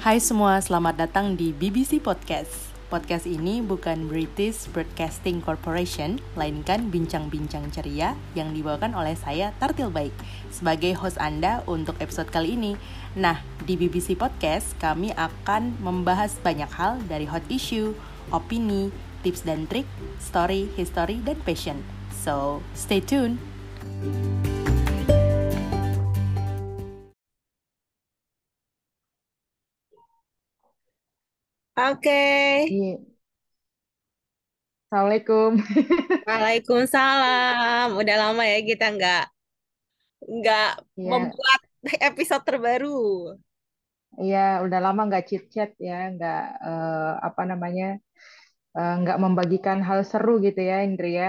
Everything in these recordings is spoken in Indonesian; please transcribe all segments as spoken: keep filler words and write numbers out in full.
Hai semua, selamat datang di B B C Podcast. Podcast ini bukan British Broadcasting Corporation, melainkan bincang-bincang ceria yang dibawakan oleh saya, Tartil Baik, sebagai host Anda untuk episode kali ini. Nah, di B B C Podcast, kami akan membahas banyak hal dari hot issue, opini, tips dan trik, story, history, dan passion. So, stay tuned! Oke, Iya. Assalamualaikum. Waalaikumsalam. Udah lama ya kita nggak nggak Iya, membuat episode terbaru. iya udah lama nggak chit chat ya, nggak eh, apa namanya, eh, nggak membagikan hal seru gitu ya, Indri ya.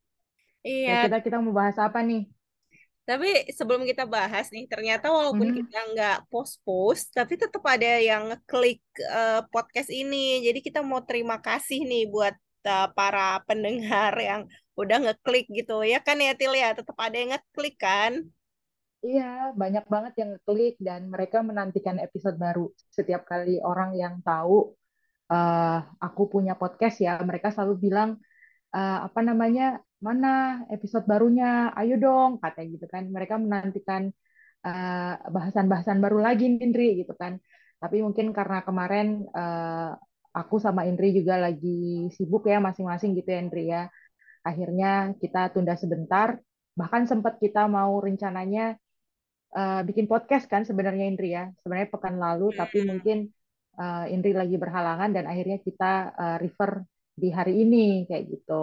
Ya Iya, kita kita mau bahas apa nih? tapi sebelum kita bahas nih, ternyata walaupun Mhm. kita nggak post-post, tapi tetap ada yang ngeklik eh, podcast ini. Jadi kita mau terima kasih nih buat eh, para pendengar yang udah ngeklik gitu ya kan ya Til ya, tetap ada yang ngeklik kan? Iya, banyak banget yang klik dan mereka menantikan episode baru. Setiap kali orang yang tahu eh, aku punya podcast ya, mereka selalu bilang eh, apa namanya, mana episode barunya? Ayo dong, katanya gitu kan. Mereka menantikan eh, bahasan-bahasan baru lagi nih, Indri gitu kan. Tapi mungkin karena kemarin eh, aku sama Indri juga lagi sibuk ya masing-masing gitu ya, Indri ya. Akhirnya kita tunda sebentar. Bahkan sempat kita mau rencananya eh, bikin podcast kan sebenarnya, Indri ya. Sebenarnya pekan lalu, tapi mungkin eh, Indri lagi berhalangan dan akhirnya kita eh, refer di hari ini kayak gitu.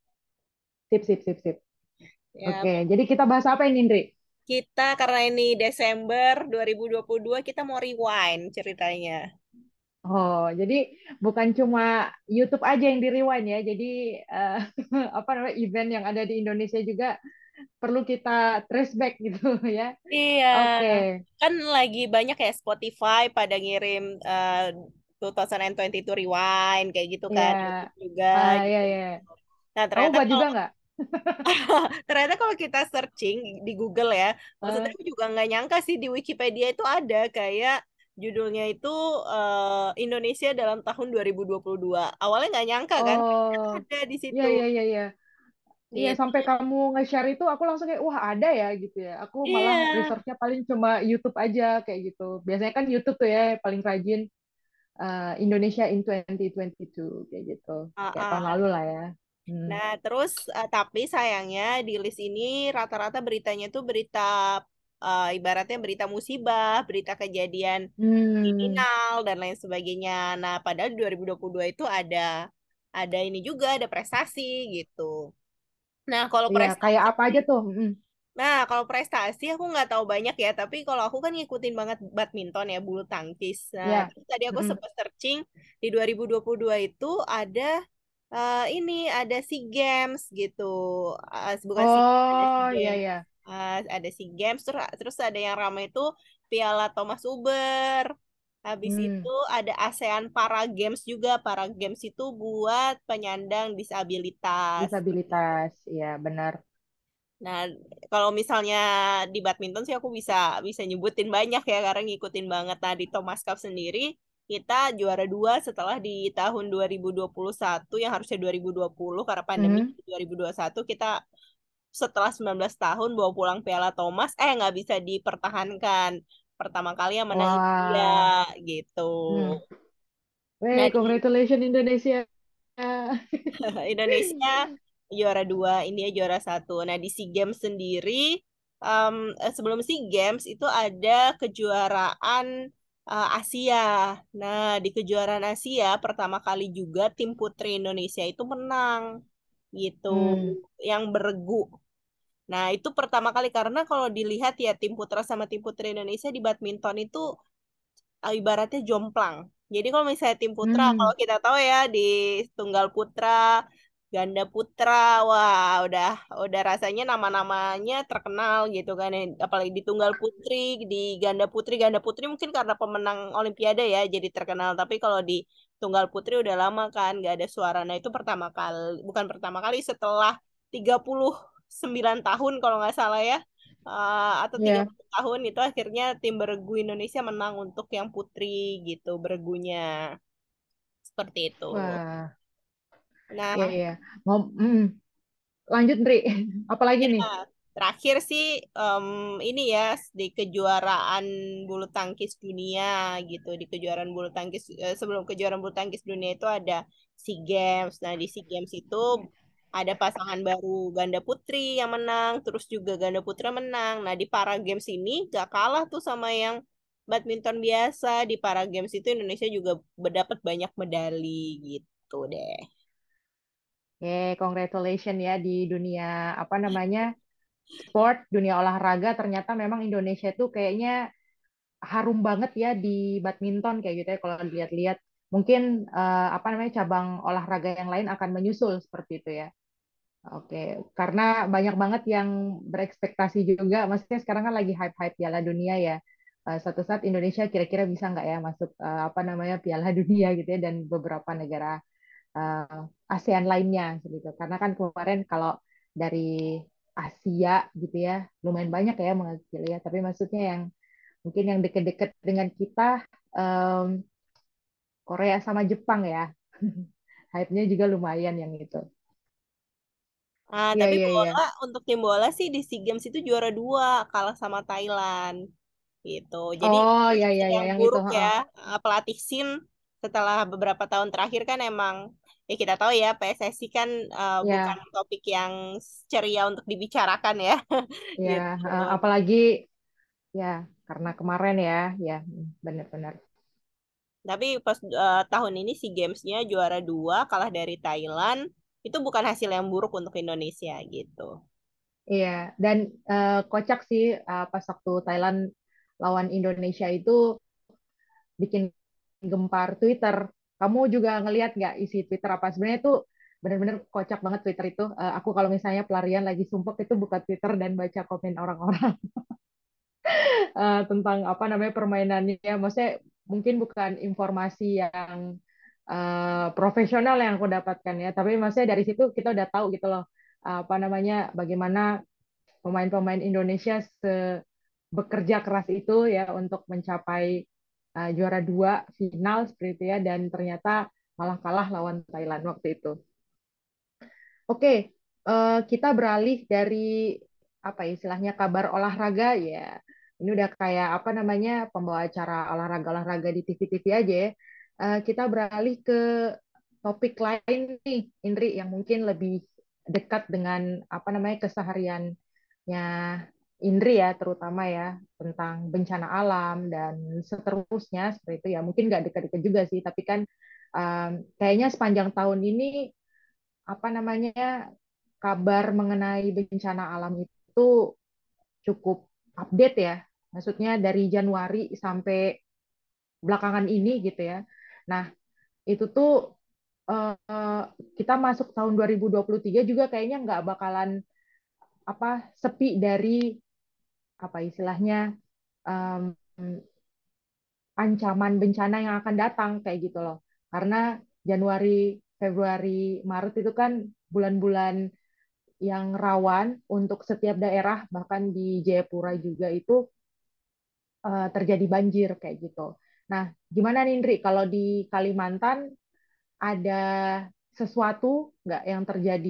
Sip, sip, sip, sip. Ya, Oke, jadi kita bahas apa ini, Indri? kita karena ini Desember dua ribu dua puluh dua kita mau rewind ceritanya. Oh, jadi bukan cuma YouTube aja yang di rewind ya. Jadi eh, apa namanya, event yang ada di Indonesia juga perlu kita trace back gitu ya. Iya, Oke, kan lagi banyak ya Spotify pada ngirim uh, dua ribu dua puluh dua Rewind kayak gitu kan, ya, YouTube juga ah, ya, gitu. ya. Nah, Kamu ternyata buat kalau juga nggak? ternyata kalau kita searching di Google ya, maksudnya Eh, aku juga nggak nyangka sih di Wikipedia itu ada kayak judulnya itu eh, Indonesia dalam tahun dua ribu dua puluh dua. Awalnya nggak nyangka kan, ternyata oh, ada di ya, situ. ya, ya, ya. Iya, Gitu. sampai kamu nge-share itu aku langsung kayak, wah ada ya gitu ya. Aku malah Iya. researchnya paling cuma YouTube aja kayak gitu. Biasanya kan YouTube tuh ya paling rajin, eh, Indonesia in dua ribu dua puluh dua kayak gitu. Ah, Kayak tahun ah. lalu lah ya. Hmm. Nah, terus eh, tapi sayangnya di list ini rata-rata beritanya tuh berita eh, ibaratnya berita musibah, berita kejadian Hmm. kriminal dan lain sebagainya. Nah, padahal di dua ribu dua puluh dua itu ada ada ini juga ada prestasi gitu. Nah, kalau Iya, kayak prestasi apa aja tuh? Mm-mm. Nah, kalau prestasi aku nggak tahu banyak ya, tapi kalau aku kan ngikutin banget badminton ya, bulu tangkis. Nah, Iya. terus tadi aku Mm-mm. sempat searching di dua ribu dua puluh dua itu ada eh, ini ada SEA Games gitu. Eh, bukan SEA Games, ada SEA Oh, iya, Games. iya. Eh, ada SEA Games terus terus ada yang ramai itu Piala Thomas Uber. Habis itu Hmm. ada ASEAN Para Games juga. Para Games itu buat penyandang disabilitas. Disabilitas. Iya, benar. Nah, kalau misalnya di badminton sih aku bisa bisa nyebutin banyak ya karena ngikutin banget. Nah, di Thomas Cup sendiri kita juara dua setelah di tahun dua ribu dua puluh satu yang harusnya dua ribu dua puluh karena pandemi Mhm. dua ribu dua puluh satu kita setelah sembilan belas tahun bawa pulang Piala Thomas eh nggak bisa dipertahankan. Pertama kali yang menang India Wah. gitu. Hmm. Nah, Wey, di congratulations Indonesia. Indonesia juara dua, India juara satu. Nah di SEA Games sendiri, em, eh, sebelum SEA Games itu ada kejuaraan eh, Asia. Nah di kejuaraan Asia pertama kali juga tim putri Indonesia itu menang gitu, Hmm. yang beregu. Nah itu pertama kali karena kalau dilihat ya tim putra sama tim putri Indonesia di badminton itu eh, ibaratnya jomplang. Jadi kalau misalnya tim putra, Hmm. kalau kita tahu ya di tunggal putra, ganda putra, wah udah udah rasanya nama-namanya terkenal gitu kan. ya. Apalagi di tunggal putri, di ganda putri, ganda putri mungkin karena pemenang Olimpiade ya jadi terkenal. Tapi kalau di tunggal putri udah lama kan nggak ada suara. Nah itu pertama kali, bukan pertama kali setelah tiga puluh sembilan tahun kalau nggak salah ya uh, atau tiga Iya. puluh tahun itu akhirnya tim bergu Indonesia menang untuk yang putri gitu bergunya. Seperti itu. Wah, iya Nah, iya. Mau mm, lanjut, Ndri. Apalagi ya, nih? terakhir sih em, ini ya di kejuaraan bulu tangkis dunia gitu. Di kejuaraan bulu tangkis eh, sebelum kejuaraan bulu tangkis dunia itu ada SEA Games. Nah, di SEA Games itu ada pasangan baru ganda putri yang menang, terus juga ganda putra menang. Nah, di para games ini gak kalah tuh sama yang badminton biasa. Di para games itu Indonesia juga berdapat banyak medali gitu deh. Oke, congratulations ya di dunia apa namanya sport, dunia olahraga. Ternyata memang Indonesia itu kayaknya harum banget ya di badminton kayak gitu ya kalau dilihat-lihat. Mungkin eh, apa namanya cabang olahraga yang lain akan menyusul seperti itu ya. Oke, karena banyak banget yang berekspektasi juga. Maksudnya sekarang kan lagi hype-hype Piala Dunia ya. Eh, Suatu saat Indonesia kira-kira bisa nggak ya masuk eh, apa namanya Piala Dunia gitu ya dan beberapa negara eh, ASEAN lainnya gitu. Karena kan kemarin kalau dari Asia gitu ya lumayan banyak ya mengakili ya. Tapi maksudnya yang mungkin yang deket-deket dengan kita em, Korea sama Jepang ya. Hype-nya juga lumayan yang itu. Nah, Iya tapi iya iya. bola untuk tim bola sih di SEA Games itu juara dua kalah sama Thailand gitu. Jadi Oh iya hasil iya iya yang yang itu. buruk ya Heeh. eh, pelatih Shin setelah beberapa tahun terakhir kan emang ya kita tahu ya P S S I kan eh, bukan Ya topik yang ceria untuk dibicarakan ya ya gitu. heeh. Apalagi ya karena kemarin ya ya benar-benar. Tapi pas eh, tahun ini SEA Games-nya juara dua kalah dari Thailand itu bukan hasil yang buruk untuk Indonesia gitu. Iya dan eh, kocak sih eh, pas waktu Thailand lawan Indonesia itu bikin gempar Twitter. Kamu juga ngelihat nggak isi Twitter apa? Sebenarnya itu benar-benar kocak banget Twitter itu. Eh, aku kalau misalnya pelarian lagi sumpek itu buka Twitter dan baca komen orang-orang eh, tentang apa namanya permainannya. Maksudnya mungkin bukan informasi yang eh, profesional yang aku dapatkan ya, tapi maksudnya dari situ kita udah tahu gitu loh apa namanya bagaimana pemain-pemain Indonesia se bekerja keras itu ya untuk mencapai uh, juara dua final seperti itu ya dan ternyata malah kalah lawan Thailand waktu itu. Oke, uh, kita beralih dari apa ya, istilahnya kabar olahraga ya. Ini udah kayak apa namanya pembawa acara olahraga-olahraga di T V-T V aja ya. Uh, kita beralih ke topik lain nih, Indri, yang mungkin lebih dekat dengan apa namanya kesehariannya Indri ya, terutama ya tentang bencana alam dan seterusnya seperti itu ya. Mungkin nggak dekat-dekat juga sih, tapi kan um, kayaknya sepanjang tahun ini apa namanya kabar mengenai bencana alam itu cukup update ya. Maksudnya dari Januari sampai belakangan ini gitu ya. Nah, itu tuh eh, kita masuk tahun dua ribu dua puluh tiga juga kayaknya nggak bakalan apa sepi dari apa istilahnya em, ancaman bencana yang akan datang kayak gitu loh. Karena Januari, Februari, Maret itu kan bulan-bulan yang rawan untuk setiap daerah, bahkan di Jayapura juga itu eh, terjadi banjir kayak gitu. Nah, gimana nih Indri, kalau di Kalimantan ada sesuatu nggak yang terjadi?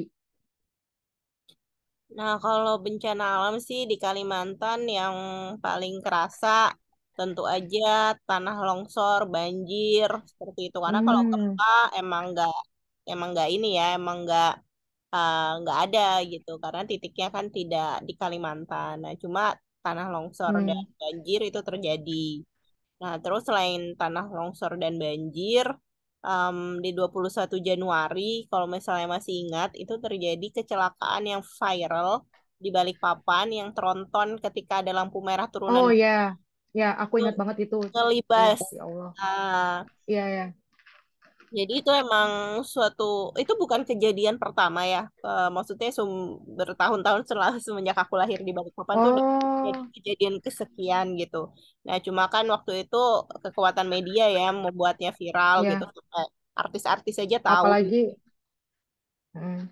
Nah, kalau bencana alam sih di Kalimantan yang paling kerasa tentu aja tanah longsor, banjir, seperti itu. Karena kalau Hmm, gempa emang nggak emang nggak ini ya, emang nggak eh, nggak ada gitu. Karena titiknya kan tidak di Kalimantan. Nah, cuma tanah longsor dan hmm. banjir itu terjadi. Nah, terus selain tanah longsor dan banjir, em, di dua puluh satu Januari, kalau misalnya masih ingat, itu terjadi kecelakaan yang viral di Balikpapan yang tronton ketika ada lampu merah turunan Oh ya, ya aku itu ingat banget itu. Uh, ngelibas. ya Allah. Nah, Iya ya. jadi itu emang suatu, itu bukan kejadian pertama ya. Eh, maksudnya sum, bertahun-tahun setelah semenjak aku lahir di Balikpapan tuh udah jadi Oh, kejadian kesekian gitu. Nah, cuma kan waktu itu kekuatan media ya membuatnya viral gitu ya. sampai artis-artis saja tahu. Apalagi, hmm.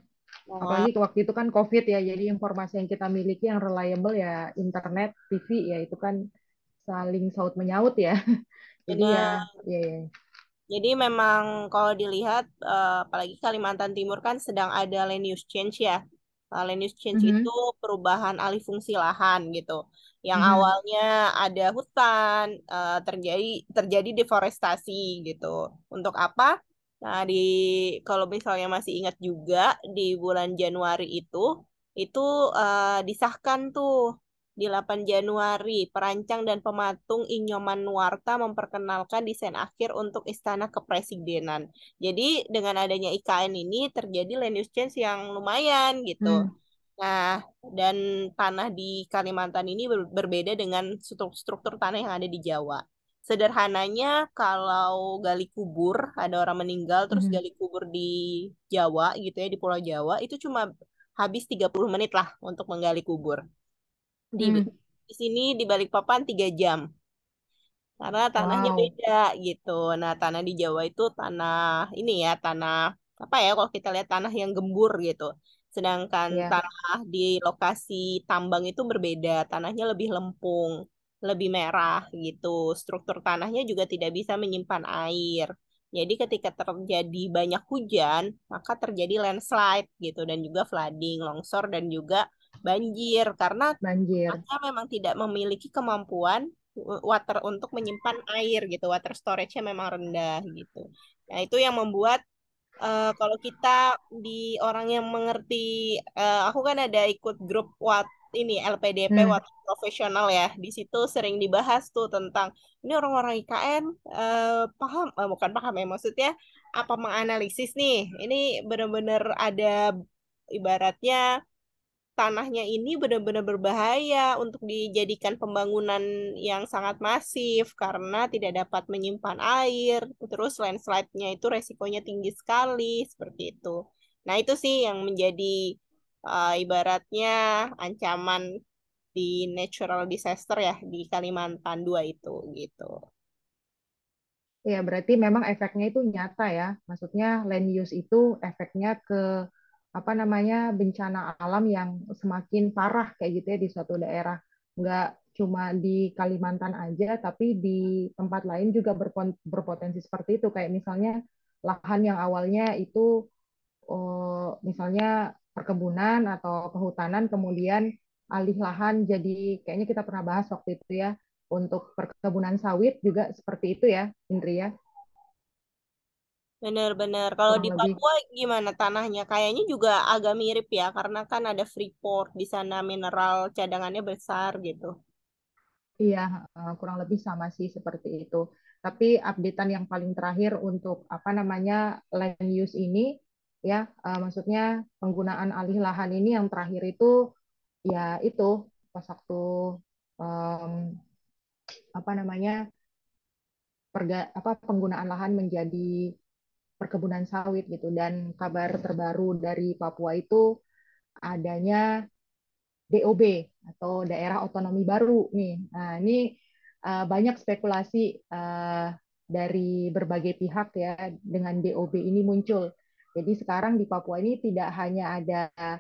Wah, Apalagi waktu itu kan COVID ya, jadi informasi yang kita miliki yang reliable ya internet, T V ya itu kan saling saut menyaut ya. Jadi ya, benar. ya, ya. Jadi memang kalau dilihat, eh, apalagi Kalimantan Timur kan sedang ada land use change ya. Uh, land use change itu Mhm, perubahan alih fungsi lahan gitu. Yang mhm, awalnya ada hutan, eh, terjadi terjadi deforestasi gitu. Untuk apa? Nah, di kalau misalnya masih ingat juga di bulan Januari itu itu eh, disahkan tuh di delapan Januari, perancang dan pematung Inyoman Nuarta memperkenalkan desain akhir untuk Istana Kepresidenan. Jadi dengan adanya I K N ini terjadi land use change yang lumayan gitu. mhm, Nah, dan tanah di Kalimantan ini ber- berbeda dengan struktur, struktur tanah yang ada di Jawa. Sederhananya, kalau gali kubur, ada orang meninggal terus mhm, gali kubur di Jawa gitu ya, di Pulau Jawa, itu cuma habis tiga puluh menit lah untuk menggali kubur. Di, mhm. di sini di Balikpapan tiga jam karena tanahnya Wow, beda gitu. Nah, tanah di Jawa itu tanah ini ya, tanah apa ya kalau kita lihat tanah yang gembur gitu. Sedangkan ya, tanah di lokasi tambang itu berbeda, tanahnya lebih lempung, lebih merah gitu. Struktur tanahnya juga tidak bisa menyimpan air. Jadi ketika terjadi banyak hujan, maka terjadi landslide gitu dan juga flooding, longsor dan juga banjir karena banjir. tanahnya memang tidak memiliki kemampuan uh, water untuk menyimpan air gitu. Water storage-nya memang rendah gitu. Nah, itu yang membuat eh, kalau kita di orang yang mengerti, eh, aku kan ada ikut grup wat ini L P D P Hmm. water profesional ya. Di situ sering dibahas tuh tentang ini orang-orang I K N eh, paham, eh, bukan paham ya maksudnya apa menganalisis nih. Ini benar-benar ada ibaratnya tanahnya ini benar-benar berbahaya untuk dijadikan pembangunan yang sangat masif karena tidak dapat menyimpan air. Terus landslide-nya itu resikonya tinggi sekali, seperti itu. Nah, itu sih yang menjadi uh, ibaratnya ancaman di natural disaster ya di Kalimantan dua itu gitu. Ya, berarti memang efeknya itu nyata ya. Maksudnya land use itu efeknya ke apa namanya bencana alam yang semakin parah kayak gitu ya di suatu daerah. Nggak cuma di Kalimantan aja, tapi di tempat lain juga berpon- berpotensi seperti itu. Kayak misalnya lahan yang awalnya itu oh, misalnya perkebunan atau kehutanan, kemudian alih lahan jadi kayaknya kita pernah bahas waktu itu ya untuk perkebunan sawit juga seperti itu ya, Indri ya. Benar-benar. Kalau Kurang di lebih. Papua gimana tanahnya? Kayaknya juga agak mirip ya, karena kan ada Freeport di sana mineral cadangannya besar gitu. Iya, eh, kurang lebih sama sih seperti itu. Tapi updatean yang paling terakhir untuk apa namanya land use ini ya, eh, maksudnya penggunaan alih lahan ini yang terakhir itu ya itu pas waktu em, apa namanya perga, apa penggunaan lahan menjadi perkebunan sawit gitu. Dan kabar terbaru dari Papua itu adanya D O B atau daerah otonomi baru nih. Nah, ini uh, banyak spekulasi uh, dari berbagai pihak ya dengan D O B ini muncul. Jadi sekarang di Papua ini tidak hanya ada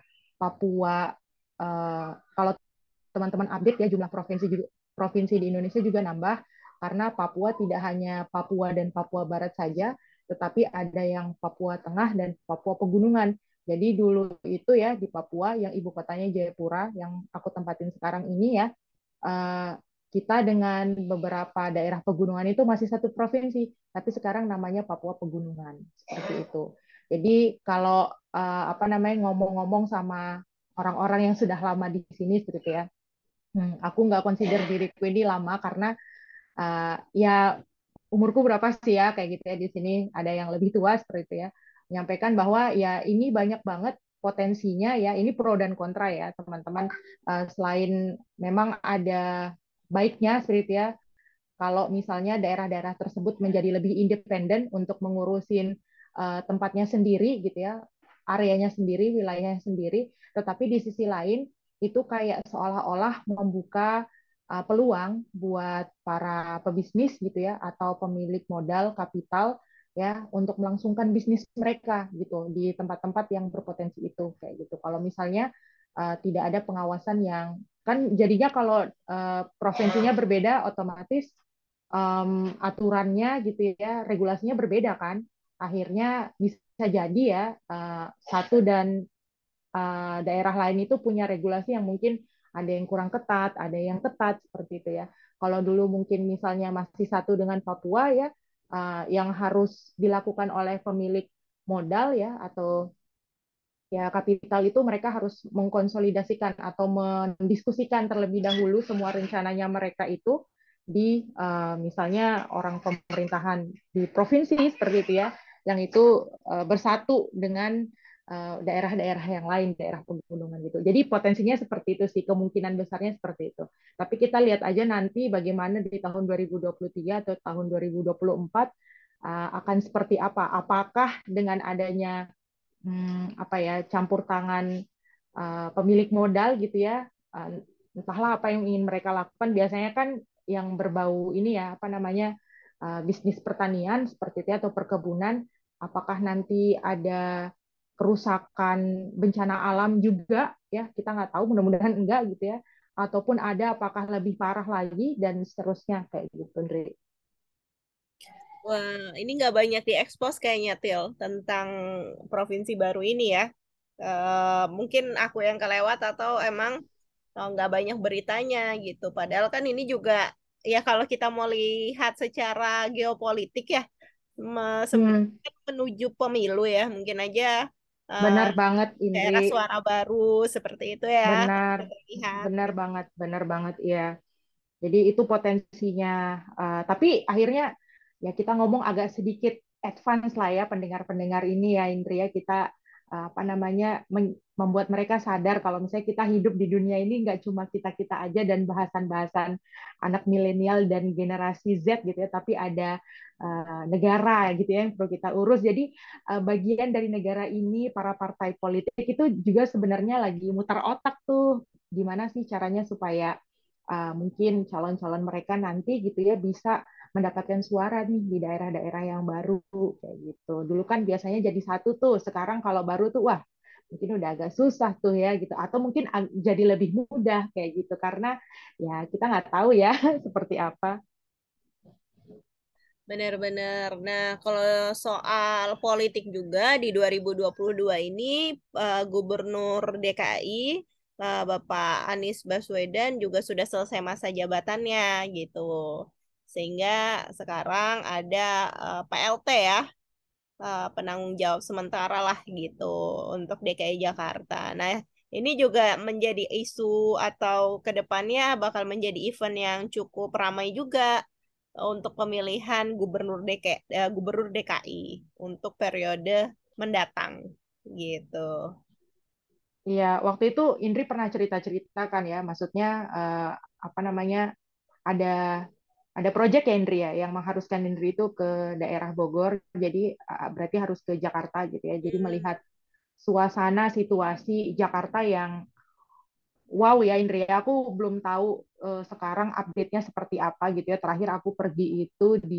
Papua uh, kalau teman-teman update ya jumlah provinsi juga, provinsi di Indonesia juga nambah karena Papua tidak hanya Papua dan Papua Barat saja, tetapi ada yang Papua Tengah dan Papua Pegunungan. Jadi dulu itu ya di Papua yang ibu kotanya Jayapura yang aku tempatin sekarang ini ya eh, kita dengan beberapa daerah pegunungan itu masih satu provinsi, tapi sekarang namanya Papua Pegunungan seperti itu. Jadi kalau eh, apa namanya ngomong-ngomong sama orang-orang yang sudah lama di sini seperti ya, Hmm, aku nggak consider diriku ini lama karena uh, ya umurku berapa sih ya kayak gitu ya di sini ada yang lebih tua seperti itu ya menyampaikan bahwa ya ini banyak banget potensinya ya ini pro dan kontra ya teman-teman. Uh, selain memang ada baiknya seperti itu ya kalau misalnya daerah-daerah tersebut menjadi lebih independen untuk mengurusin uh, tempatnya sendiri gitu ya, areanya sendiri, wilayahnya sendiri, tetapi di sisi lain itu kayak seolah-olah membuka uh, peluang buat para pebisnis gitu ya atau pemilik modal kapital ya untuk melangsungkan bisnis mereka gitu di tempat-tempat yang berpotensi itu kayak gitu. Kalau misalnya uh, tidak ada pengawasan yang kan jadinya kalau uh, provinsinya berbeda otomatis um, aturannya gitu ya regulasinya berbeda kan. Akhirnya bisa jadi ya uh, satu dan uh, daerah lain itu punya regulasi yang mungkin ada yang kurang ketat, ada yang ketat seperti itu ya. Kalau dulu mungkin misalnya masih satu dengan Papua ya, uh, yang harus dilakukan oleh pemilik modal ya atau ya kapital itu mereka harus mengkonsolidasikan atau mendiskusikan terlebih dahulu semua rencananya mereka itu di uh, misalnya orang pemerintahan di provinsi seperti itu ya, yang itu uh, bersatu dengan uh, daerah-daerah yang lain, daerah pegunungan gitu. Jadi potensinya seperti itu sih, kemungkinan besarnya seperti itu. Tapi kita lihat aja nanti bagaimana di tahun dua ribu dua puluh tiga atau tahun dua ribu dua puluh empat uh, akan seperti apa. Apakah dengan adanya hmm, apa ya campur tangan uh, pemilik modal gitu ya, uh, entahlah apa yang ingin mereka lakukan, biasanya kan yang berbau ini ya apa namanya uh, bisnis pertanian seperti itu ya, atau perkebunan, apakah nanti ada kerusakan bencana alam juga ya, kita nggak tahu, mudah-mudahan enggak gitu ya, ataupun ada apakah lebih parah lagi dan seterusnya kayak gitu Andre. Wah, ini nggak banyak diekspos kayaknya, Til, tentang provinsi baru ini ya. Eh, mungkin aku yang kelewat atau emang oh, nggak banyak beritanya gitu. Padahal kan ini juga, ya kalau kita mau lihat secara geopolitik ya, me- sebenarnya Hmm, kan menuju pemilu ya. Mungkin aja eh, benar banget Indri. daerah suara baru seperti itu ya. Benar, Kita lihat. benar banget, benar banget, iya. Jadi itu potensinya. Uh, tapi akhirnya ya kita ngomong agak sedikit advance lah ya pendengar-pendengar ini ya Indri ya, kita uh, apa namanya men- membuat mereka sadar kalau misalnya kita hidup di dunia ini nggak cuma kita-kita aja dan bahasan-bahasan anak milenial dan generasi Z gitu ya, tapi ada uh, negara gitu ya yang perlu kita urus. Jadi uh, bagian dari negara ini para partai politik itu juga sebenarnya lagi mutar otak tuh gimana sih caranya supaya uh, mungkin calon-calon mereka nanti gitu ya bisa mendapatkan suara nih di daerah-daerah yang baru kayak gitu. Dulu kan biasanya jadi satu tuh, sekarang kalau baru tuh wah mungkin udah agak susah tuh ya gitu, atau mungkin jadi lebih mudah kayak gitu karena ya kita nggak tahu ya seperti apa. Benar-benar. Nah, kalau soal politik juga di dua ribu dua puluh dua ini eh, Gubernur D K I eh, Bapak Anies Baswedan juga sudah selesai masa jabatannya gitu. Sehingga sekarang ada eh, P L T ya, eh, penanggung jawab sementara lah gitu untuk D K I Jakarta. Nah, ini juga menjadi isu atau kedepannya bakal menjadi event yang cukup ramai juga untuk pemilihan gubernur D K, eh, gubernur D K I untuk periode mendatang gitu. Iya, waktu itu Indri pernah cerita-cerita kan ya, maksudnya eh, apa namanya ada ada proyek ya Indri ya yang mengharuskan Indri itu ke daerah Bogor, jadi eh, berarti harus ke Jakarta gitu ya. Jadi Hmm, melihat suasana situasi Jakarta yang wow ya Indri, ya. Aku belum tahu eh, sekarang update-nya seperti apa gitu ya. Terakhir aku pergi itu di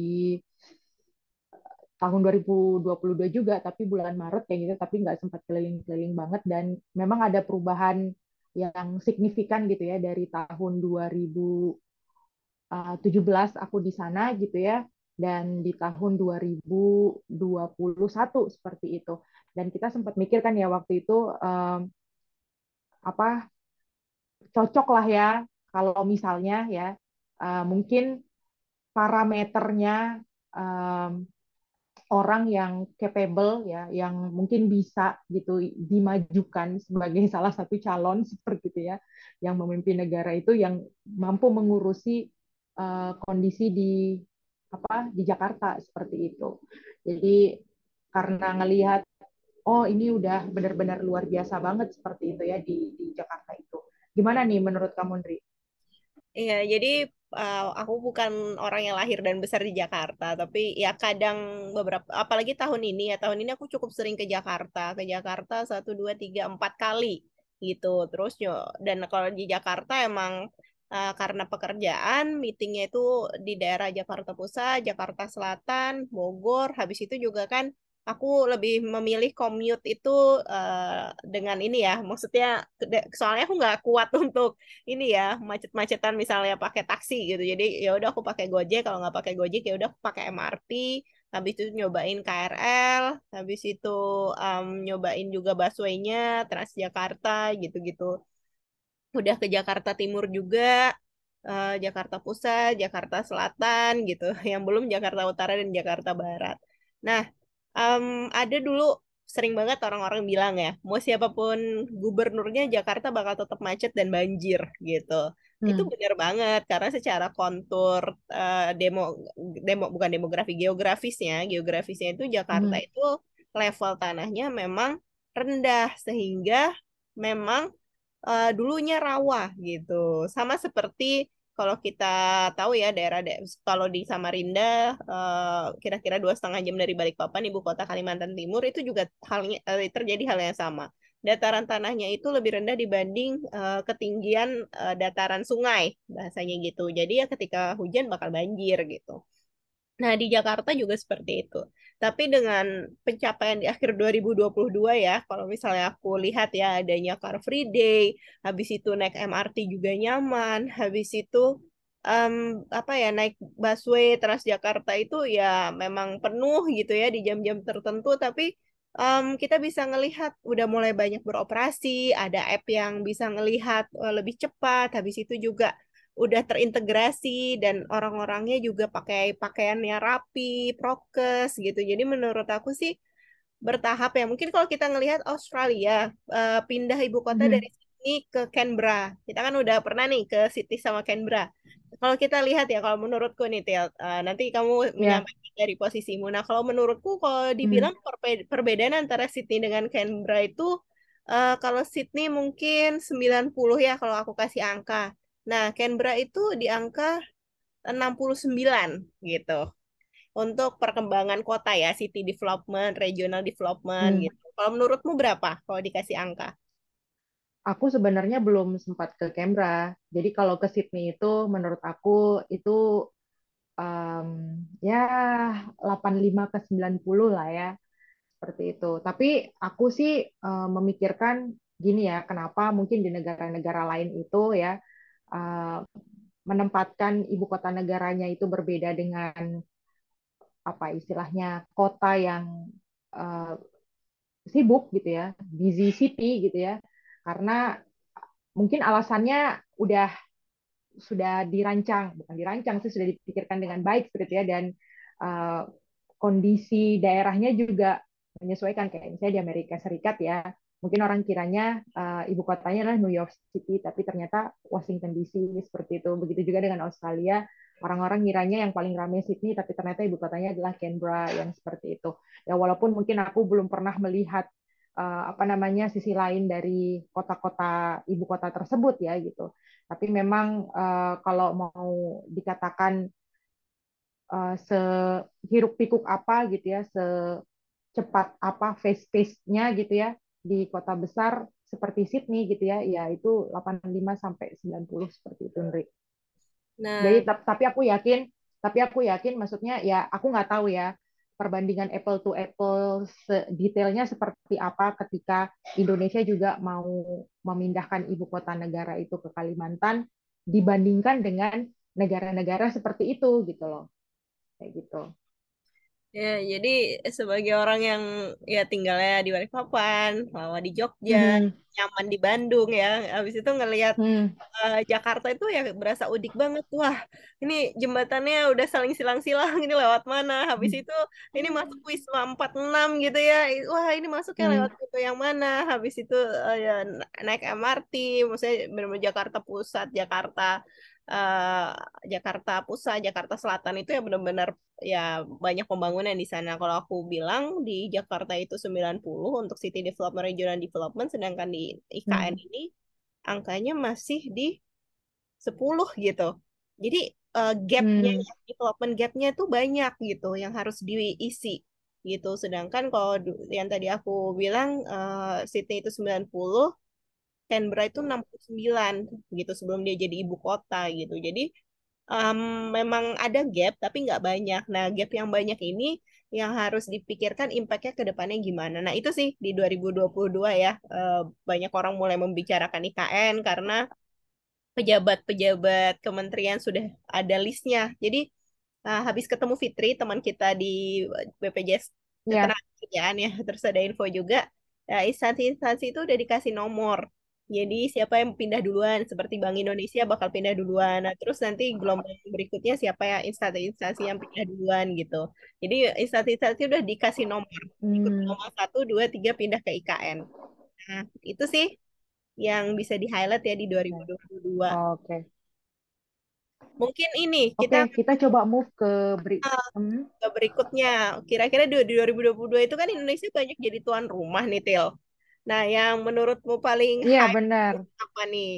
tahun dua ribu dua puluh dua juga, tapi bulan Maret kayak gitu, tapi nggak sempat keliling-keliling banget dan memang ada perubahan yang signifikan gitu ya dari tahun dua ribu tujuh belas aku di sana gitu ya dan di tahun dua ribu dua puluh satu seperti itu. Dan kita sempat mikir kan ya waktu itu um, apa cocok lah ya kalau misalnya ya uh, mungkin parameternya um, orang yang capable ya, yang mungkin bisa gitu dimajukan sebagai salah satu calon seperti itu ya, yang memimpin negara itu yang mampu mengurusi uh, kondisi di apa di Jakarta seperti itu. Jadi karena ngelihat oh ini udah benar-benar luar biasa banget seperti itu ya di, di Jakarta itu. Gimana nih menurut kamu, Ndri? iya, jadi uh, aku bukan orang yang lahir dan besar di Jakarta, tapi ya kadang beberapa, apalagi tahun ini ya, tahun ini aku cukup sering ke Jakarta, ke Jakarta satu, dua, tiga, empat kali gitu. Terus yo, dan kalau di Jakarta emang uh, karena pekerjaan, meetingnya itu di daerah Jakarta Pusat, Jakarta Selatan, Bogor. Habis itu juga kan aku lebih memilih commute itu uh, dengan ini ya, maksudnya de- soalnya aku nggak kuat untuk ini ya macet-macetan misalnya pakai taksi gitu. Jadi ya udah aku pakai Gojek, kalau nggak pakai Gojek ya udah aku pakai M R T. Habis itu nyobain K R L, habis itu um, nyobain juga busway-nya Transjakarta gitu-gitu. Udah ke Jakarta Timur juga, eh, Jakarta Pusat, Jakarta Selatan gitu. Yang belum Jakarta Utara dan Jakarta Barat. Nah, em, ada dulu sering banget orang-orang bilang ya, mau siapapun gubernurnya Jakarta bakal tetap macet dan banjir gitu. Itu Hmm. benar banget karena secara kontur eh, demo demo bukan demografi geografisnya, geografisnya itu Jakarta Hmm. itu level tanahnya memang rendah sehingga memang eh, dulunya rawa gitu. Sama seperti kalau kita tahu ya daerah da- kalau di Samarinda eh, kira-kira dua setengah jam dari Balikpapan, ibu kota Kalimantan Timur itu juga halnya eh, terjadi hal yang sama. Dataran tanahnya itu lebih rendah dibanding eh, ketinggian eh, dataran sungai, bahasanya gitu. Jadi ya ketika hujan bakal banjir gitu. Nah, di Jakarta juga seperti itu. Tapi dengan pencapaian di akhir dua ribu dua puluh dua ya, kalau misalnya aku lihat ya adanya Car Free Day, habis itu naik M R T juga nyaman, habis itu em, apa ya naik busway Transjakarta itu ya memang penuh gitu ya di jam-jam tertentu, tapi em, kita bisa ngelihat udah mulai banyak beroperasi, ada app yang bisa ngelihat eh, lebih cepat, habis itu juga udah terintegrasi dan orang-orangnya juga pakai pakaiannya rapi, prokes gitu. Jadi menurut aku sih bertahap ya. Mungkin kalau kita ngelihat Australia eh, pindah ibu kota dari Hmm. sini ke Canberra. Kita kan udah pernah nih ke Sydney sama Canberra. Kalau kita lihat ya, kalau menurutku nih, Til, eh, nanti kamu Ya. menyampaikan dari posisimu. Nah, kalau menurutku, kalau Hmm. dibilang perbe- perbedaan antara Sydney dengan Canberra itu, eh, kalau Sydney mungkin sembilan puluh ya, kalau aku kasih angka. Nah, Canberra itu di angka enam puluh sembilan gitu. Untuk perkembangan kota ya, city development, regional development Hmm. gitu. Kalau menurutmu berapa kalau dikasih angka? Aku sebenarnya belum sempat ke Canberra. Jadi kalau ke Sydney itu menurut aku itu um, ya delapan puluh lima ke sembilan puluh lah ya, seperti itu. Tapi aku sih eh, memikirkan gini ya, kenapa mungkin di negara-negara lain itu ya eh, menempatkan ibu kota negaranya itu berbeda dengan apa istilahnya kota yang eh, sibuk gitu ya, busy city gitu ya. Karena mungkin alasannya udah sudah dirancang, bukan dirancang sih, sudah dipikirkan dengan baik seperti itu ya, dan uh, kondisi daerahnya juga menyesuaikan kayak misalnya di Amerika Serikat ya. Mungkin orang kiranya uh, ibu kotanya adalah New York City, tapi ternyata Washington D C seperti itu. Begitu juga dengan Australia, orang-orang kiranya yang paling ramai Sydney, tapi ternyata ibu kotanya adalah Canberra yang seperti itu. Ya walaupun mungkin aku belum pernah melihat uh, apa namanya sisi lain dari kota-kota ibu kota tersebut ya gitu. Tapi memang uh, kalau mau dikatakan uh, sehiruk pikuk apa gitu ya, secepat apa face-pace-nya gitu ya di kota besar seperti Sydney gitu ya, ya itu delapan puluh lima sampai sembilan puluh seperti itu, Ndri. Jadi Nah, tapi aku yakin, tapi aku yakin maksudnya ya aku nggak tahu ya perbandingan apple to apple detailnya seperti apa ketika Indonesia juga mau memindahkan ibu kota negara itu ke Kalimantan dibandingkan dengan negara-negara seperti itu gitu loh, kayak gitu. ya, jadi sebagai orang yang ya tinggalnya di Balikpapan, lama di Jogja, Mhm. nyaman di Bandung ya, habis itu ngelihat Hmm. eh, Jakarta itu ya berasa udik banget. Wah, ini jembatannya udah saling silang-silang, ini lewat mana? Habis itu ini masuk Wisma empat puluh enam gitu ya. Wah, ini masuknya Hmm. lewat pintu yang mana? Habis itu eh, ya, naik M R T, maksudnya benar-benar Jakarta Pusat, Jakarta eh, Jakarta Pusat, Jakarta Selatan itu ya benar-benar ya banyak pembangunan di sana. Kalau aku bilang di Jakarta itu sembilan puluh untuk City Development Regional Development, sedangkan di I K N Hmm. ini angkanya masih di sepuluh gitu. Jadi eh, gapnya, Hmm. development gapnya itu banyak gitu yang harus diisi gitu. Sedangkan kalau du- yang tadi aku bilang eh, Sydney itu sembilan puluh, Canberra itu enam puluh sembilan gitu sebelum dia jadi ibu kota gitu. Jadi em, memang ada gap tapi nggak banyak. Nah, gap yang banyak ini yang harus dipikirkan impact-nya ke depannya gimana. Nah, itu sih di dua ribu dua puluh dua ya, eh, banyak orang mulai membicarakan I K N karena pejabat-pejabat kementerian sudah ada listnya. Jadi uh, habis ketemu Fitri, teman kita di B P J S Ya. Ketenagakerjaan ya, terus ada info juga, ya, instansi-instansi itu udah dikasih nomor. Jadi siapa yang pindah duluan, seperti Bank Indonesia bakal pindah duluan. Nah, terus nanti gelombang berikutnya siapa ya instansi-instansi yang pindah duluan gitu. Jadi instansi-instansi udah dikasih nomor. Ikut Hmm, nomor satu, dua, tiga pindah ke I K N. Nah, itu sih yang bisa di-highlight ya di oke. dua ribu dua puluh dua. Oke. Mungkin ini kita Oke, kita coba move ke beri. ah, Hmm, ke berikutnya. Kira-kira di di dua ribu dua puluh dua itu kan Indonesia banyak jadi tuan rumah nih, Til. Nah, yang menurutmu paling Iya, hype benar. apa nih?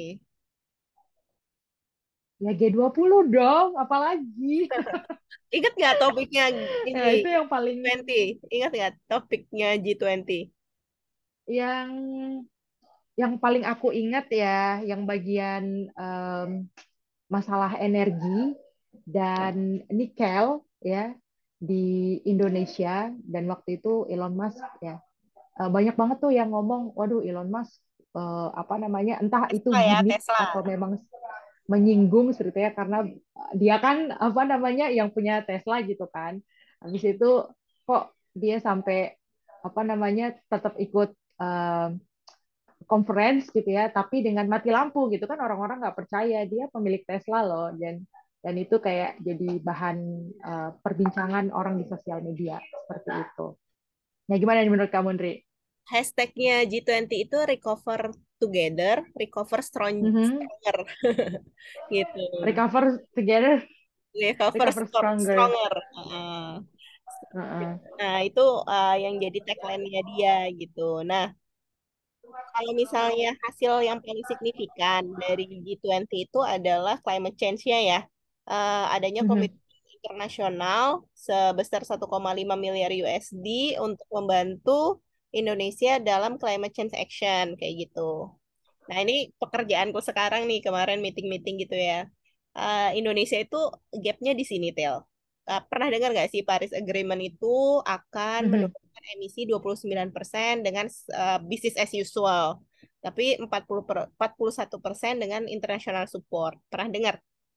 Ya G dua puluh dong, apalagi. Ingat nggak topiknya ini Ya, itu yang paling G dua puluh? Ingat nggak topiknya G dua puluh? yang yang paling aku ingat ya, yang bagian em, masalah energi dan nikel ya di Indonesia, dan waktu itu Elon Musk ya. Eh, banyak banget tuh yang ngomong, waduh Elon Musk eh, apa namanya, entah itu Tesla ya, gimmick Tesla. atau memang menyinggung sebetulnya, karena dia kan apa namanya yang punya Tesla gitu kan. Habis itu kok dia sampai apa namanya tetap ikut eh, conference gitu ya, tapi dengan mati lampu gitu kan, orang-orang nggak percaya dia pemilik Tesla loh, dan dan itu kayak jadi bahan eh, perbincangan orang di sosial media seperti itu. Nah, gimana nih menurut kamu, Ndri? Hashtagnya G dua puluh itu recover together, recover strong, Mhm. stronger gitu. Recover together, Recover recover stor- stronger. stronger. Heeh. Heeh. Nah, itu uh, yang jadi tagline-nya dia gitu. Nah, kalau misalnya hasil yang paling signifikan dari G dua puluh itu adalah climate change-nya ya. Eh, adanya Mhm. komitmen internasional sebesar satu koma lima miliar U S D untuk membantu Indonesia dalam climate change action kayak gitu. Nah, ini pekerjaanku sekarang nih, kemarin meeting-meeting gitu ya. Eh, Indonesia itu gapnya di sini, Tel. Eh, pernah dengar nggak sih Paris Agreement itu akan Mhm. menurunkan emisi dua puluh sembilan persen dengan eh, business as usual. Tapi empat puluh per, empat puluh satu persen dengan international support. Pernah dengar?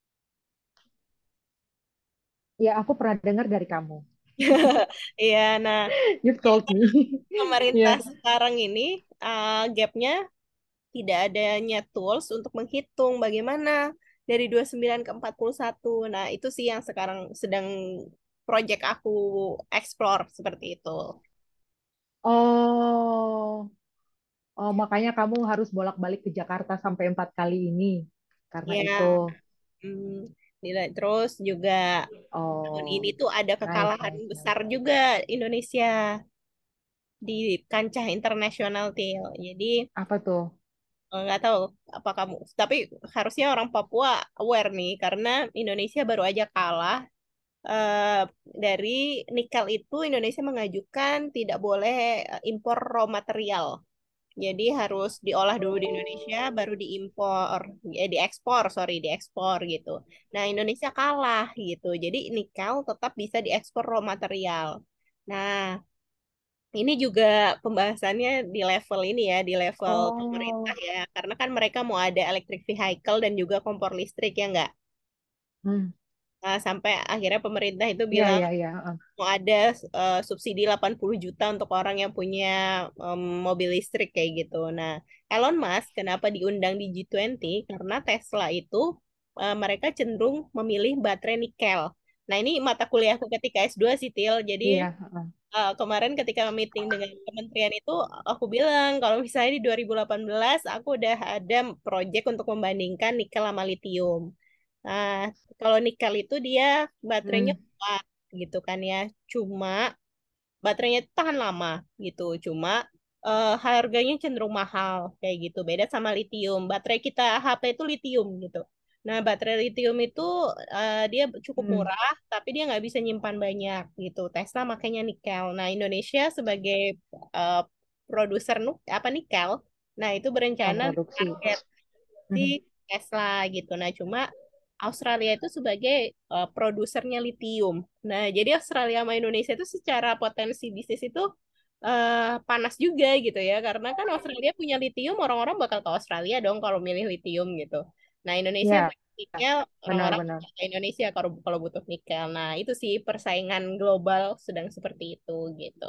Ya, aku pernah dengar dari kamu. Iya, nah You've jadi told kan me. pemerintah Ya. sekarang ini eh, gapnya tidak adanya tools untuk menghitung bagaimana dari dua puluh sembilan ke empat puluh satu. Nah, itu sih yang sekarang sedang project aku explore seperti itu. Oh, oh makanya kamu harus bolak-balik ke Jakarta sampai empat kali ini karena itu. Ya, hmm, nilai terus juga tahun ini Oh, tuh ada nice, kekalahan nice, nice. besar juga Indonesia di kancah internasional, Til. Jadi Apa tuh? eh, nggak tahu apa kamu, tapi harusnya orang Papua aware nih karena Indonesia baru aja kalah eh, dari nikel itu. Indonesia mengajukan tidak boleh eh, impor raw material. Jadi harus diolah dulu di Indonesia, baru diimpor, eh, diekspor, sorry, diekspor gitu. Nah, Indonesia kalah gitu. Jadi nikel tetap bisa diekspor raw material. Nah, ini juga pembahasannya di level ini ya, di level pemerintah Oh, ya. Karena kan mereka mau ada electric vehicle dan juga kompor listrik ya nggak? hmm. Nah, sampai akhirnya pemerintah itu Ya, bilang ya, ya. Uh. mau ada eh, subsidi delapan puluh juta untuk orang yang punya em, mobil listrik kayak gitu. Nah, Elon Musk kenapa diundang di G dua puluh? Karena Tesla itu eh, mereka cenderung memilih baterai nikel. Nah, ini mata kuliahku ketika S dua sih, Til. Jadi Iya. Uh. eh, kemarin ketika meeting dengan kementerian itu aku bilang kalau misalnya di dua ribu delapan belas aku udah ada project untuk membandingkan nikel sama litium. Nah, kalau nikel itu dia baterainya Hmm. kuat gitu kan ya. Cuma baterainya itu tahan lama gitu. Cuma eh, harganya cenderung mahal kayak gitu. Beda sama litium. Baterai kita H P itu litium gitu. Nah, baterai litium itu eh, dia cukup Hmm. murah, tapi dia nggak bisa nyimpan banyak gitu. Tesla makanya nikel. Nah, Indonesia sebagai eh, produser nu apa nikel Nah, itu Oh, berencana produksi. target si Mhm. Tesla gitu. Nah, cuma Australia itu sebagai uh, produsernya litium. Nah, jadi Australia sama Indonesia itu secara potensi bisnis itu uh, panas juga gitu ya. Karena kan Australia punya litium, orang-orang bakal ke Australia dong kalau milih litium gitu. Nah, Indonesia Ya, punya nikel, orang-orang benar-benar. ke Indonesia kalau kalau butuh nikel. Nah, itu sih persaingan global sedang seperti itu gitu.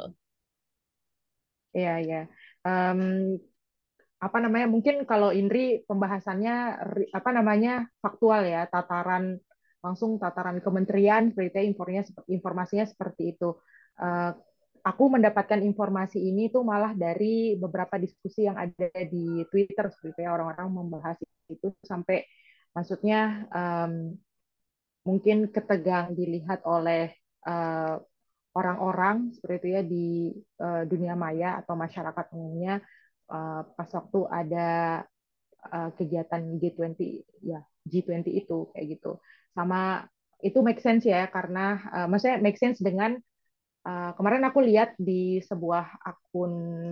Iya, iya. Em, apa namanya? Mungkin kalau Indri pembahasannya ri- apa namanya? Faktual ya, tataran langsung tataran kementerian, berita informasinya informasinya seperti itu. Eh, aku mendapatkan informasi ini tuh malah dari beberapa diskusi yang ada di Twitter, seperti ya orang-orang membahas itu sampai maksudnya em, mungkin ketegang dilihat oleh eh, orang-orang seperti itu ya di uh, dunia maya atau masyarakat umumnya uh, pas waktu ada uh, kegiatan G dua puluh ya G dua puluh itu kayak gitu sama itu make sense ya karena uh, maksudnya make sense dengan uh, kemarin aku lihat di sebuah akun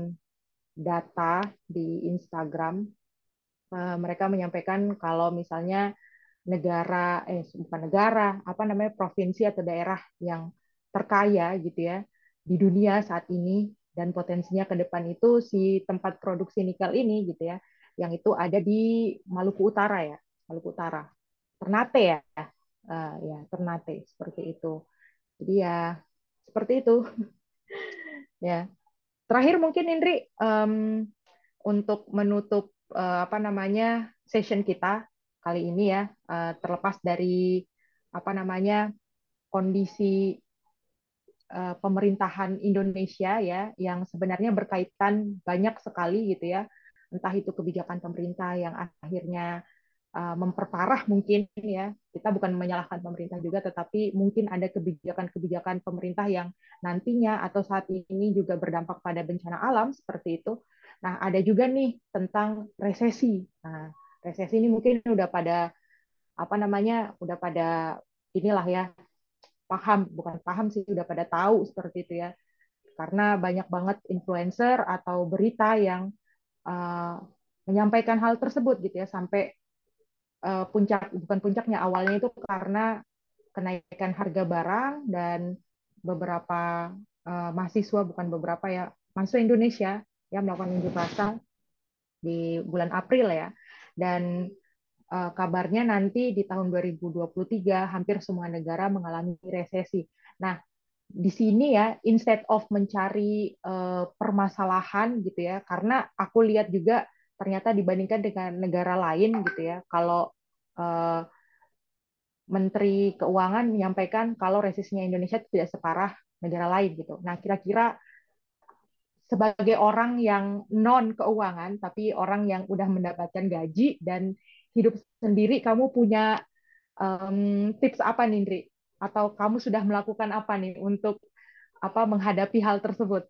data di Instagram uh, mereka menyampaikan kalau misalnya negara eh bukan negara apa namanya provinsi atau daerah yang terkaya gitu ya di dunia saat ini dan potensinya ke depan itu si tempat produksi nikel ini gitu ya yang itu ada di Maluku Utara ya Maluku Utara Ternate ya uh, ya Ternate seperti itu jadi ya seperti itu ya terakhir mungkin Indri em, untuk menutup eh, apa namanya session kita kali ini ya eh, terlepas dari apa namanya kondisi eh, pemerintahan Indonesia ya yang sebenarnya berkaitan banyak sekali gitu ya entah itu kebijakan pemerintah yang akhirnya uh, memperparah mungkin ya kita bukan menyalahkan pemerintah juga tetapi mungkin ada kebijakan-kebijakan pemerintah yang nantinya atau saat ini juga berdampak pada bencana alam seperti itu. Nah ada juga nih tentang resesi. Nah resesi ini mungkin udah pada apa namanya udah pada inilah ya paham bukan paham sih udah pada tahu seperti itu ya karena banyak banget influencer atau berita yang uh, menyampaikan hal tersebut gitu ya sampai uh, puncak bukan puncaknya awalnya itu karena kenaikan harga barang dan beberapa uh, mahasiswa bukan beberapa ya mahasiswa Indonesia ya melakukan unjuk rasa di bulan April ya dan uh, kabarnya nanti di tahun dua ribu dua puluh tiga hampir semua negara mengalami resesi. Nah, di sini ya instead of mencari uh, permasalahan gitu ya karena aku lihat juga ternyata dibandingkan dengan negara lain gitu ya kalau uh, Menteri Keuangan menyampaikan kalau resesinya Indonesia tidak separah negara lain gitu. Nah, kira-kira sebagai orang yang non keuangan tapi orang yang udah mendapatkan gaji dan hidup sendiri, kamu punya um, tips apa nih, Indri? Atau kamu sudah melakukan apa nih untuk apa menghadapi hal tersebut?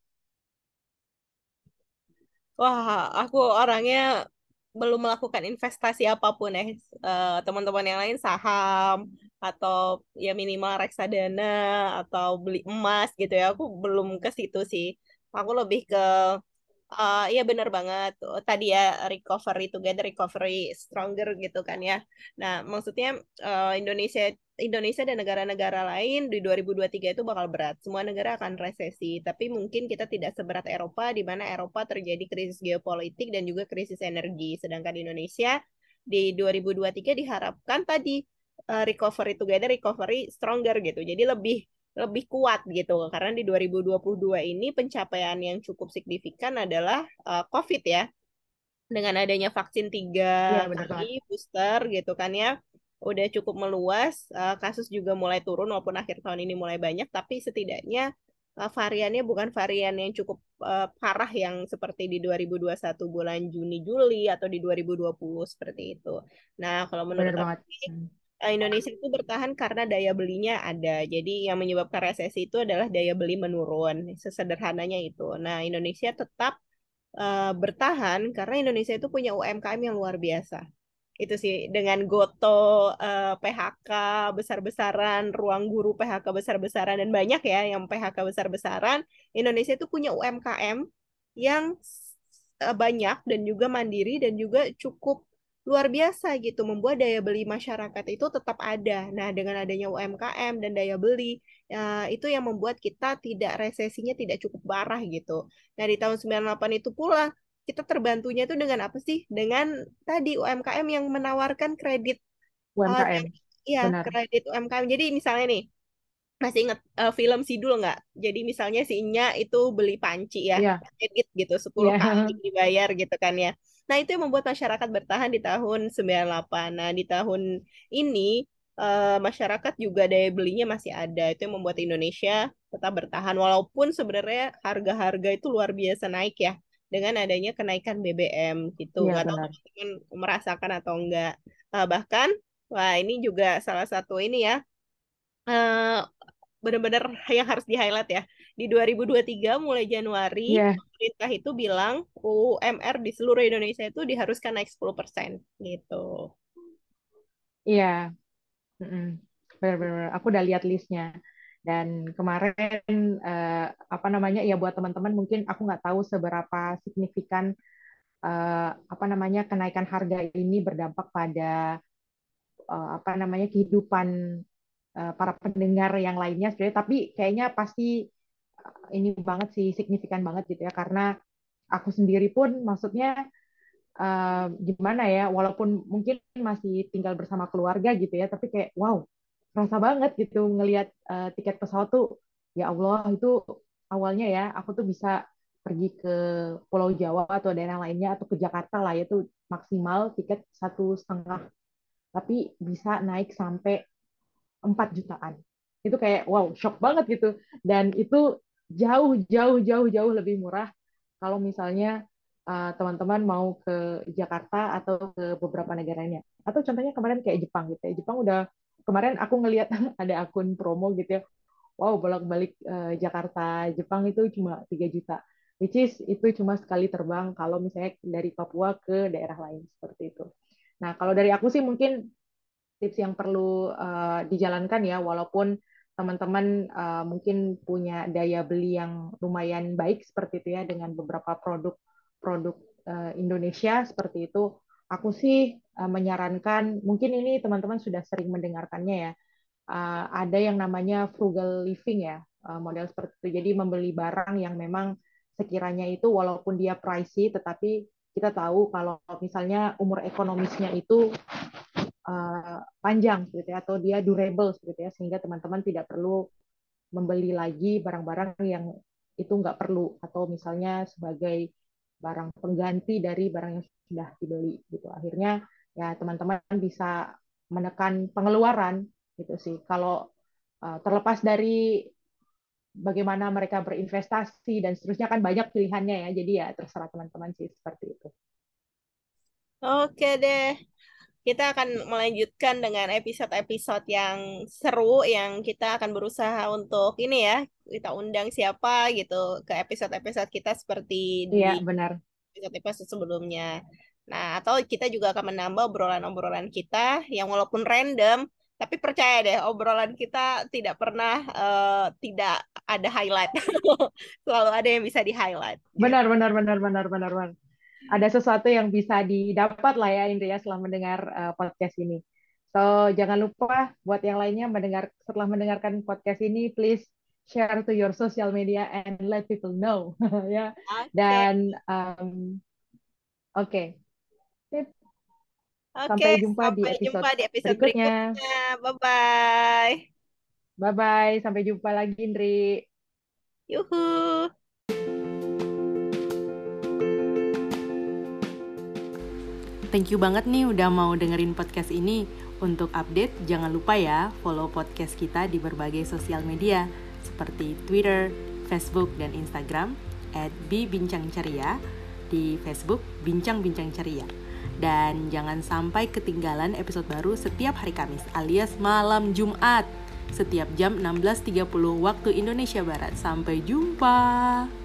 Wah, aku orangnya belum melakukan investasi apapun ya. Eh, teman-teman yang lain saham atau ya minimal reksadana atau beli emas gitu ya. Aku belum ke situ sih. Aku lebih ke Uh, iya benar banget. Oh, tadi ya recovery together, recovery stronger gitu kan ya. Nah, maksudnya uh, Indonesia Indonesia dan negara-negara lain di dua ribu dua puluh tiga itu bakal berat. Semua negara akan resesi, tapi mungkin kita tidak seberat Eropa di mana Eropa terjadi krisis geopolitik dan juga krisis energi. Sedangkan Indonesia di dua ribu dua puluh tiga diharapkan tadi uh, recovery together, recovery stronger gitu. Jadi lebih lebih kuat gitu karena di dua ribu dua puluh dua ini pencapaian yang cukup signifikan adalah uh, COVID ya dengan adanya vaksin tiga Iya, benar banget. kali booster gitu kan ya udah cukup meluas uh, kasus juga mulai turun walaupun akhir tahun ini mulai banyak tapi setidaknya uh, variannya bukan varian yang cukup uh, parah yang seperti di dua ribu dua puluh satu bulan Juni Juli atau di dua ribu dua puluh seperti itu. Nah, kalau menurut Benar aku banget. Hmm. eh, Indonesia itu bertahan karena daya belinya ada. Jadi yang menyebabkan resesi itu adalah daya beli menurun. Sesederhananya itu. Nah, Indonesia tetap eh, bertahan karena Indonesia itu punya U M K M yang luar biasa. Itu sih dengan Goto, eh, P H K besar-besaran, ruang guru P H K besar-besaran dan banyak ya yang P H K besar-besaran. Indonesia itu punya U M K M yang uh, banyak dan juga mandiri dan juga cukup luar biasa gitu, membuat daya beli masyarakat itu tetap ada. Nah, dengan adanya U M K M dan daya beli, uh, itu yang membuat kita tidak resesinya tidak cukup parah gitu. Nah, di tahun sembilan puluh delapan itu pula kita terbantunya itu dengan apa sih? Dengan tadi U M K M yang menawarkan kredit, uh, U M K M, ya benar. kredit U M K M. Jadi misalnya nih, masih inget uh, film Sidul nggak? Jadi misalnya si Nya itu beli panci ya, Iya, kredit gitu, sepuluh iya, kali dibayar gitu kan ya. Nah itu yang membuat masyarakat bertahan di tahun sembilan puluh delapan. Nah di tahun ini uh, masyarakat juga daya belinya masih ada. Itu yang membuat Indonesia tetap bertahan. Walaupun sebenarnya harga-harga itu luar biasa naik ya. Dengan adanya kenaikan B B M gitu. iya Nggak tahu benar. teman-teman merasakan atau enggak. Uh, bahkan, wah ini juga salah satu ini ya, eh, benar-benar yang harus di-highlight ya. Di dua ribu dua puluh tiga mulai Januari, Iya, pemerintah itu bilang U M R di seluruh Indonesia itu diharuskan naik sepuluh persen gitu. iya. Mm-mm. Benar-benar. Aku udah lihat listnya. Dan kemarin eh, apa namanya ya buat teman-teman mungkin aku nggak tahu seberapa signifikan eh, apa namanya kenaikan harga ini berdampak pada eh, apa namanya kehidupan eh, para pendengar yang lainnya sebenarnya. Tapi kayaknya pasti eh, ini banget sih signifikan banget gitu ya karena aku sendiri pun maksudnya eh, gimana ya walaupun mungkin masih tinggal bersama keluarga gitu ya tapi kayak wow rasa banget gitu ngelihat eh, tiket pesawat tuh ya Allah itu awalnya ya aku tuh bisa pergi ke Pulau Jawa atau daerah lainnya atau ke Jakarta lah ya tuh maksimal tiket satu setengah tapi bisa naik sampai empat jutaan. Itu kayak wow, shock banget gitu. Dan itu jauh jauh jauh jauh lebih murah kalau misalnya uh, teman-teman mau ke Jakarta atau ke beberapa negaranya. Atau contohnya kemarin kayak Jepang gitu ya. Jepang udah kemarin aku ngelihat ada akun promo gitu ya. Wow, bolak-balik uh, Jakarta Jepang itu cuma tiga juta. Which is itu cuma sekali terbang kalau misalnya dari Papua ke daerah lain seperti itu. Nah, kalau dari aku sih mungkin tips yang perlu uh, dijalankan ya, walaupun teman-teman uh, mungkin punya daya beli yang lumayan baik seperti itu ya dengan beberapa produk-produk uh, Indonesia seperti itu. Aku sih uh, menyarankan, mungkin ini teman-teman sudah sering mendengarkannya ya, uh, ada yang namanya frugal living ya, uh, model seperti itu. Jadi membeli barang yang memang sekiranya itu walaupun dia pricey, tetapi kita tahu kalau misalnya umur ekonomisnya itu uh, panjang gitu ya atau dia durable gitu ya sehingga teman-teman tidak perlu membeli lagi barang-barang yang itu nggak perlu atau misalnya sebagai barang pengganti dari barang yang sudah dibeli gitu akhirnya ya teman-teman bisa menekan pengeluaran gitu sih kalau uh, terlepas dari bagaimana mereka berinvestasi dan seterusnya kan banyak pilihannya ya jadi ya terserah teman-teman sih seperti itu. Oke deh. Kita akan melanjutkan dengan episode-episode yang seru yang kita akan berusaha untuk ini ya, kita undang siapa gitu ke episode-episode kita seperti Iya di benar. episode-episode sebelumnya. Nah, atau kita juga akan menambah obrolan-obrolan kita yang walaupun random, tapi percaya deh obrolan kita tidak pernah eh, tidak ada highlight. Selalu ada yang bisa di-highlight. Benar, benar, benar, benar, benar, benar. Ada sesuatu yang bisa didapat lah ya Indria setelah mendengar uh, podcast ini. So, jangan lupa buat yang lainnya mendengar setelah mendengarkan podcast ini, please share to your social media and let people know ya. Oke, Dan um, oke, okay. oke, Sampai jumpa di sampai jumpa episode di episode berikutnya. berikutnya. Bye-bye. Bye bye, sampai jumpa lagi Indri. Yuhu. Thank you banget nih udah mau dengerin podcast ini. Untuk update, jangan lupa ya follow podcast kita di berbagai sosial media seperti Twitter, Facebook, dan Instagram at bibincangceria, di Facebook Bincang-Bincang Ceria. Dan jangan sampai ketinggalan episode baru setiap hari Kamis alias malam Jumat setiap jam enam belas tiga puluh waktu Indonesia Barat. Sampai jumpa.